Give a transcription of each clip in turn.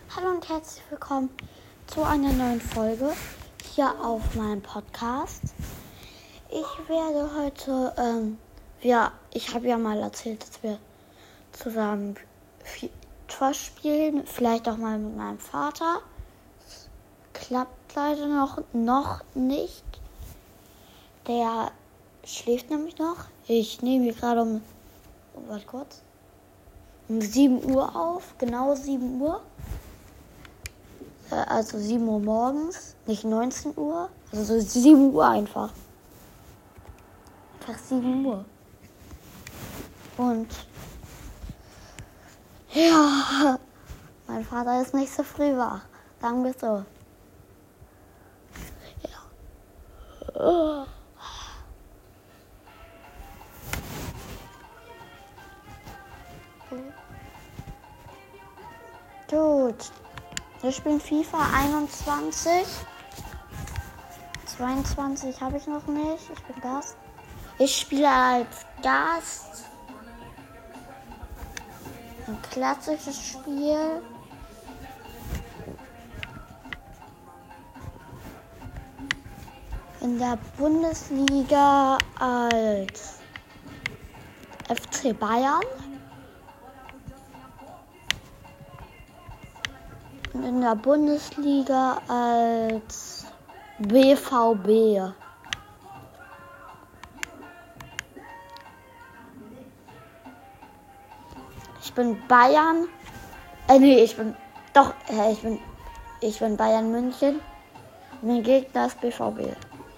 Hallo und herzlich willkommen zu einer neuen Folge hier auf meinem Podcast. Ich werde heute, ich habe ja mal erzählt, dass wir zusammen FIFA spielen, vielleicht auch mal mit meinem Vater. Das klappt leider noch nicht. Der schläft nämlich noch. Ich nehme hier gerade um 7 Uhr auf, genau 7 Uhr. Also 7 Uhr morgens, nicht 19 Uhr. Also so 7 Uhr einfach. Einfach 7 Uhr. Und ja, mein Vater ist nicht so früh wach. Sagen wir so. Ja. Gut. Wir spielen FIFA 21. 22 habe ich noch nicht. Ich bin Gast. Ich spiele als Gast. Ein klassisches Spiel. In der Bundesliga als FC Bayern. Und in der Bundesliga als BVB. Ich bin Bayern. Ich bin Bayern München. Mein Gegner ist BVB.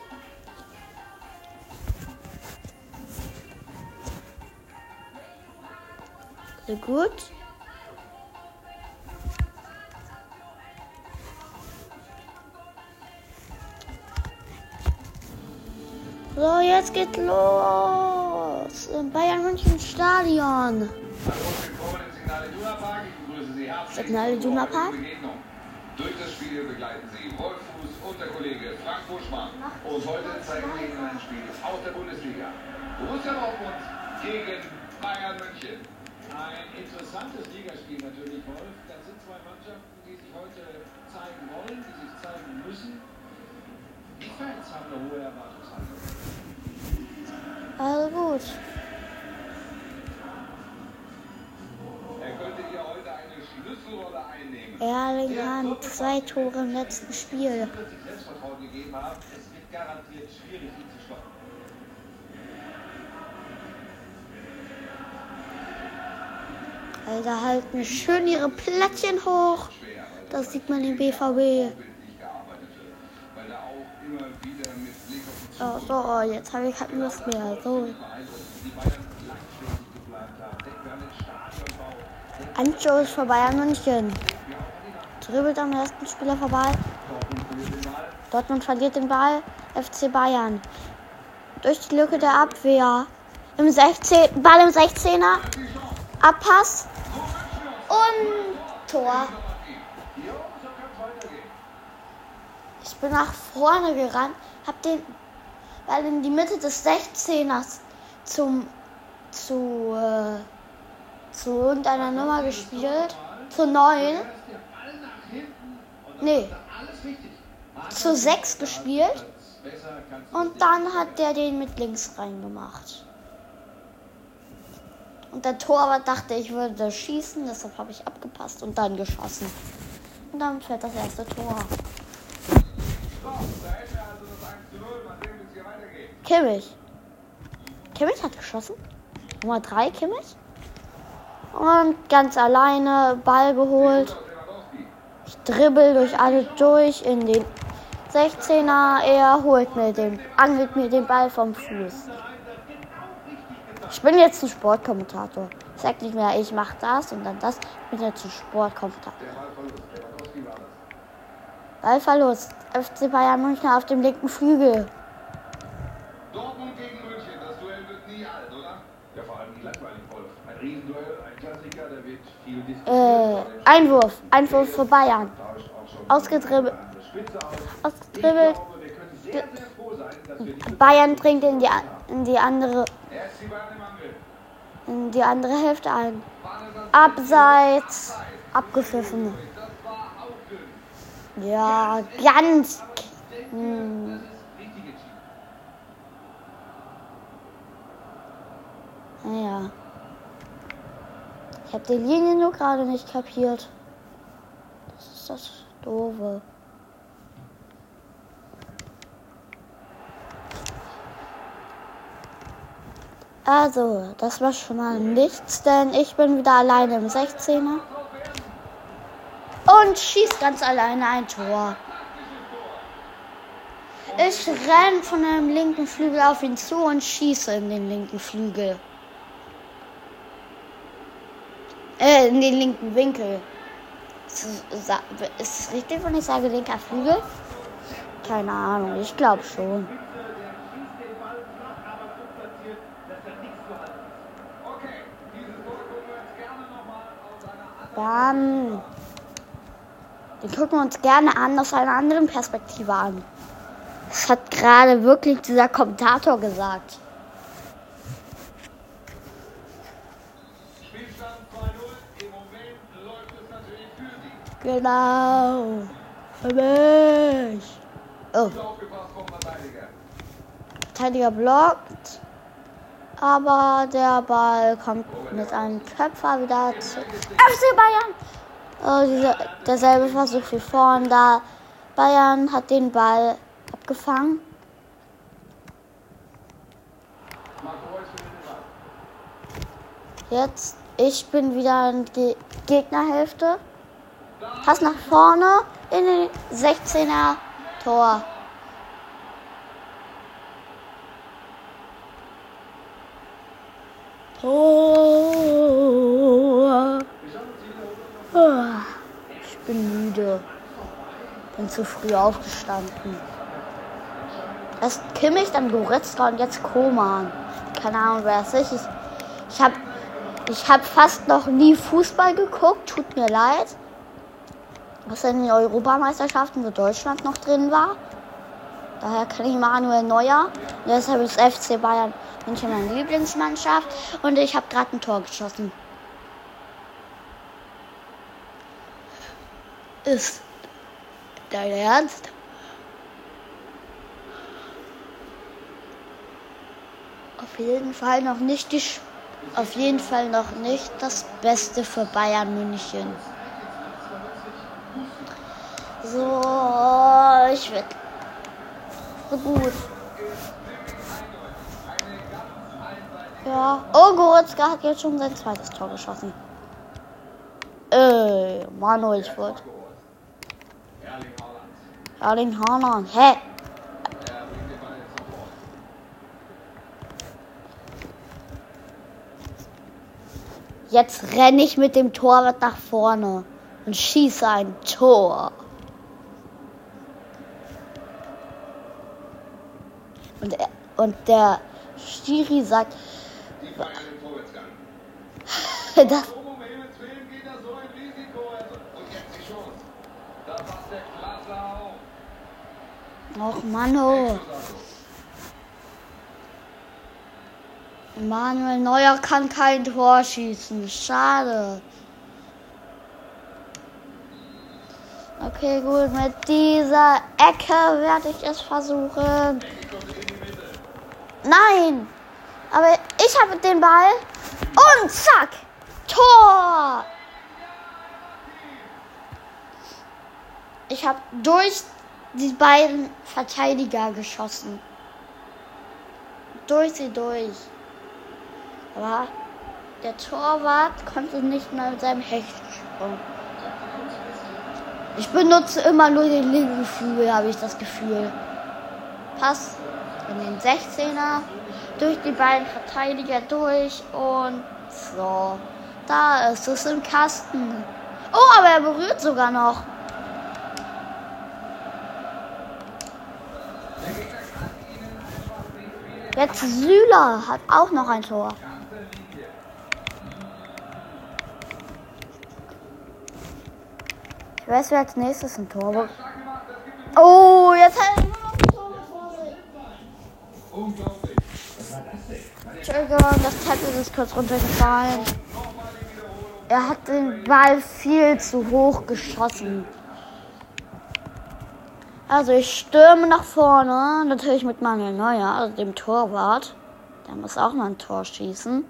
So gut. So, jetzt geht's los im Bayern München Stadion. Willkommen im Signal Iduna Park. Ich begrüße Sie herzlich. Signal Iduna Park. Durch das Spiel begleiten Sie Wolf Fuß und der Kollege Frank Buschmann. Und heute zeigen wir Ihnen ein Spiel aus der Bundesliga. Borussia Dortmund gegen Bayern München. Ein interessantes Ligaspiel natürlich, Wolf. Das sind zwei Mannschaften, die sich heute zeigen wollen, die sich zeigen müssen. Die Fans haben eine hohe Erwartungshaltung. Also gut. Er könnte hier heute eine Schlüsselrolle einnehmen. Erling Haaland 2 Tore im letzten Spiel. Sich Selbstvertrauen gegeben haben, es wird garantiert schwierig, ihn zu stoppen. Also halten schön ihre Plättchen hoch. Das sieht man im BVB. So, jetzt habe ich keine Lust mehr. So. Anstoß für Bayern München. Dribbelt am ersten Spieler vorbei. Dortmund verliert den Ball. FC Bayern. Durch die Lücke der Abwehr. Ball im 16er. Abpass. Und Tor. Ich bin nach vorne gerannt. Hab den Ball in die Mitte des 16ers zu irgendeiner Nummer gespielt. Zu 9. Nee. Zu 6 gespielt. Und dann hat der den mit links reingemacht. Und der Torwart dachte, ich würde schießen. Deshalb habe ich abgepasst und dann geschossen. Und dann fällt das erste Tor. Kimmich hat geschossen. Nummer 3, Kimmich. Und ganz alleine Ball geholt. Ich dribbel durch alle durch in den 16er. Er angelt mir den Ball vom Fuß. Ich bin jetzt ein Sportkommentator. Ich sag nicht mehr, ich mach das und dann das. Ich bin jetzt ein Sportkommentator. Ballverlust. FC Bayern München auf dem linken Flügel. Dortmund gegen München, das Duell wird nie alt, oder? Ja, vor allem nie langweilig, Wolf. Ein Riesenduell, ein Klassiker, der wird viel diskutiert. Einwurf für Bayern. Ausgedribbelt. Bayern dringt in die andere Hälfte ein. Abseits. Abgepfiffen. Ja, ganz. Naja. Ich habe die Linie nur gerade nicht kapiert. Das ist das Doofe. Also, das war schon mal nichts, denn ich bin wieder alleine im 16er. Und schießt ganz alleine ein Tor. Ich renne von dem linken Flügel auf ihn zu und schieße in den linken Flügel. In den linken Winkel. Ist es richtig, wenn ich sage linker Flügel? Keine Ahnung, ich glaube schon. Dann. Den gucken wir uns gerne an aus einer anderen Perspektive an. Das hat gerade wirklich dieser Kommentator gesagt. Spielstand 2-0. Im Moment läuft es natürlich für Sie. Genau. Für mich. Oh. Gut aufgepasst vom Verteidiger. Verteidiger blockt. Aber der Ball kommt mit einem Köpfer wieder zu FC Bayern. Oh, derselbe Versuch wie vorhin da. Bayern hat den Ball abgefangen. Jetzt, ich bin wieder in die Gegnerhälfte. Pass nach vorne in den 16er Tor. Ich bin müde. Bin zu früh aufgestanden. Erst Kimmich, dann Goretzka und jetzt Koman. Keine Ahnung, wer es ist. Ich hab fast noch nie Fußball geguckt. Tut mir leid. Was in den Europameisterschaften, wo Deutschland noch drin war. Daher kenne ich Manuel Neuer. Und deshalb ist FC Bayern München meine Lieblingsmannschaft. Und ich habe gerade ein Tor geschossen. Ist dein Ernst? Auf jeden Fall noch nicht das Beste für Bayern München. So, ich werde gut. Ja. Oh, Goretzka hat jetzt schon sein zweites Tor geschossen. Manu, ich wollte. Erling Haaland. Hä? Jetzt renne ich mit dem Torwart nach vorne und schieße ein Tor. Und der Schiri sagt, das Och, Mano. Manuel Neuer kann kein Tor schießen. Schade. Okay, gut. Mit dieser Ecke werde ich es versuchen. Nein. Aber ich habe den Ball. Und zack. Tor. Ich habe durch die beiden Verteidiger geschossen. Durch sie durch. Aber der Torwart konnte nicht mal mit seinem Hechtsprung. Ich benutze immer nur den linken Flügel, habe ich das Gefühl. Pass in den 16er, durch die beiden Verteidiger durch und so. Da ist es im Kasten. Oh, aber er berührt sogar noch. Jetzt Süle hat auch noch ein Tor. Ich weiß, wer als nächstes ein Tor wird. Oh, jetzt hat er immer noch ein Tor vor sich. Entschuldigung, das Tablet ist kurz runtergefallen. Er hat den Ball viel zu hoch geschossen. Also ich stürme nach vorne, natürlich mit Manuel Neuer, also dem Torwart. Der muss auch mal ein Tor schießen.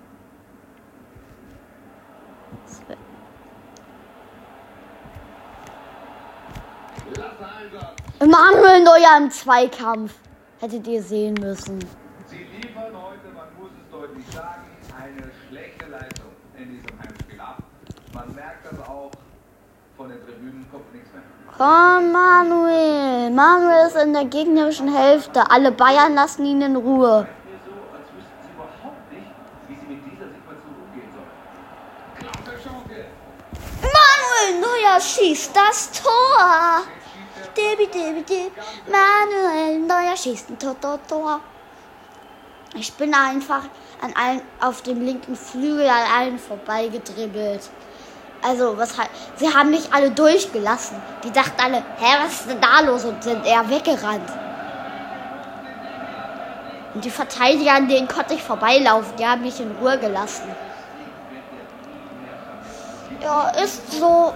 Manuel Neuer im Zweikampf. Hättet ihr sehen müssen. Sie liefern heute, man muss es deutlich sagen, eine schlechte Leistung in diesem Heimspiel ab. Man merkt das auch, von den Tribünen kommt nichts mehr. Komm, Manuel. Manuel ist in der gegnerischen Hälfte. Alle Bayern lassen ihn in Ruhe. Mir so, als wüssten sie überhaupt nicht, wie sie mit dieser Situation umgehen sollen. Klasse Chance. Manuel Neuer schießt das Tor. Manuel Neuer schießt ein Tor. Ich bin einfach an allen auf dem linken Flügel an allen vorbeigedribbelt. Also, sie haben mich alle durchgelassen. Die dachten alle, hä, was ist denn da los? Und sind eher weggerannt. Und die Verteidiger, an denen konnte ich vorbeilaufen. Die haben mich in Ruhe gelassen. Ja, ist so.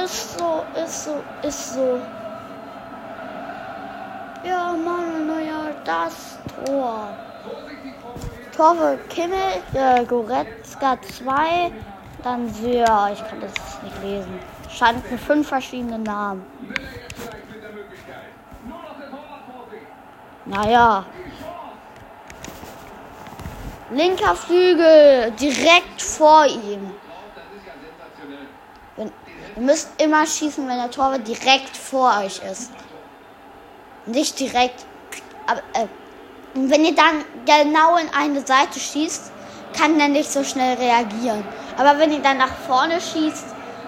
Ja, Manuel Neuer, das Tor. Tor für Kimmel, Goretzka 2. Dann Syr, ich kann das nicht lesen. Standen 5 verschiedene Namen. Naja. Linker Flügel, direkt vor ihm. Ihr müsst immer schießen, wenn der Torwart direkt vor euch ist. Nicht direkt. Aber wenn ihr dann genau in eine Seite schießt, kann er nicht so schnell reagieren. Aber wenn ihr dann nach vorne schießt,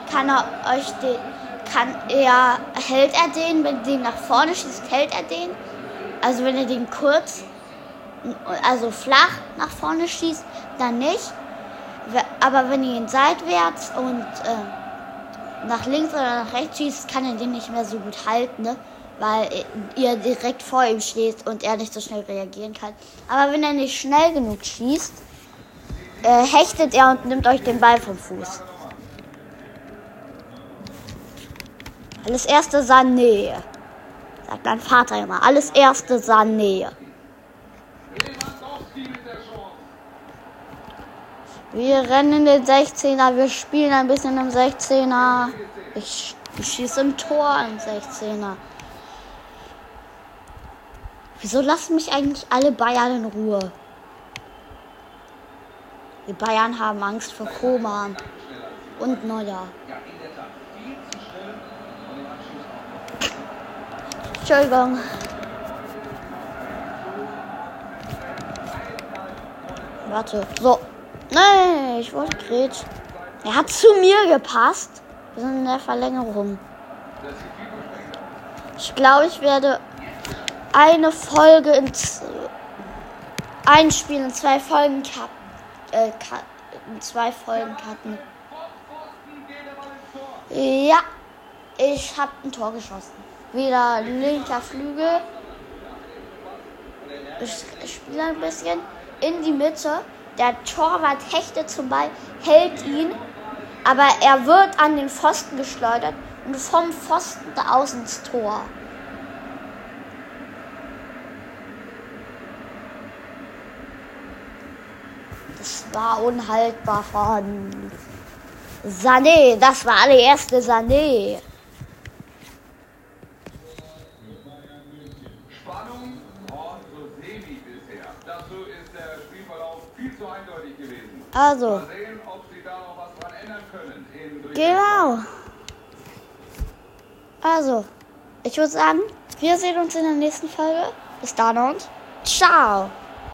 hält er den. Wenn ihr den nach vorne schießt, hält er den. Also wenn ihr den kurz, also flach nach vorne schießt, dann nicht. Aber wenn ihr ihn seitwärts und nach links oder nach rechts schießt, kann er den nicht mehr so gut halten, ne? Weil ihr direkt vor ihm steht und er nicht so schnell reagieren kann. Aber wenn er nicht schnell genug schießt, hechtet er und nimmt euch den Ball vom Fuß. Alles erste Sané. Sagt mein Vater immer. Alles erste Sané. Wir rennen in den 16er. Wir spielen ein bisschen im 16er. Ich schieße im Tor im 16er. Wieso lassen mich eigentlich alle Bayern in Ruhe? Die Bayern haben Angst vor Koman und Neuer. Entschuldigung. Warte, so. Nein, ich wollte grätschen. Er hat zu mir gepasst. Wir sind in der Verlängerung. Ich glaube, ich werde eine Folge ein Spiel in 2 Folgen cutten. Ja, ich habe ein Tor geschossen. Wieder linker Flügel. Ich spiele ein bisschen in die Mitte. Der Torwart hechtet zum Ball, hält ihn, aber er wird an den Pfosten geschleudert und vom Pfosten aus ins Tor. Das war unhaltbar von Sané. Das war allererste Sané. Spannung, so semi bisher. Dazu ist der Spielverlauf viel zu eindeutig gewesen. Also. Mal sehen, ob sie da noch was dran ändern können. Genau. Also, ich würde sagen, wir sehen uns in der nächsten Folge. Bis dann und ciao.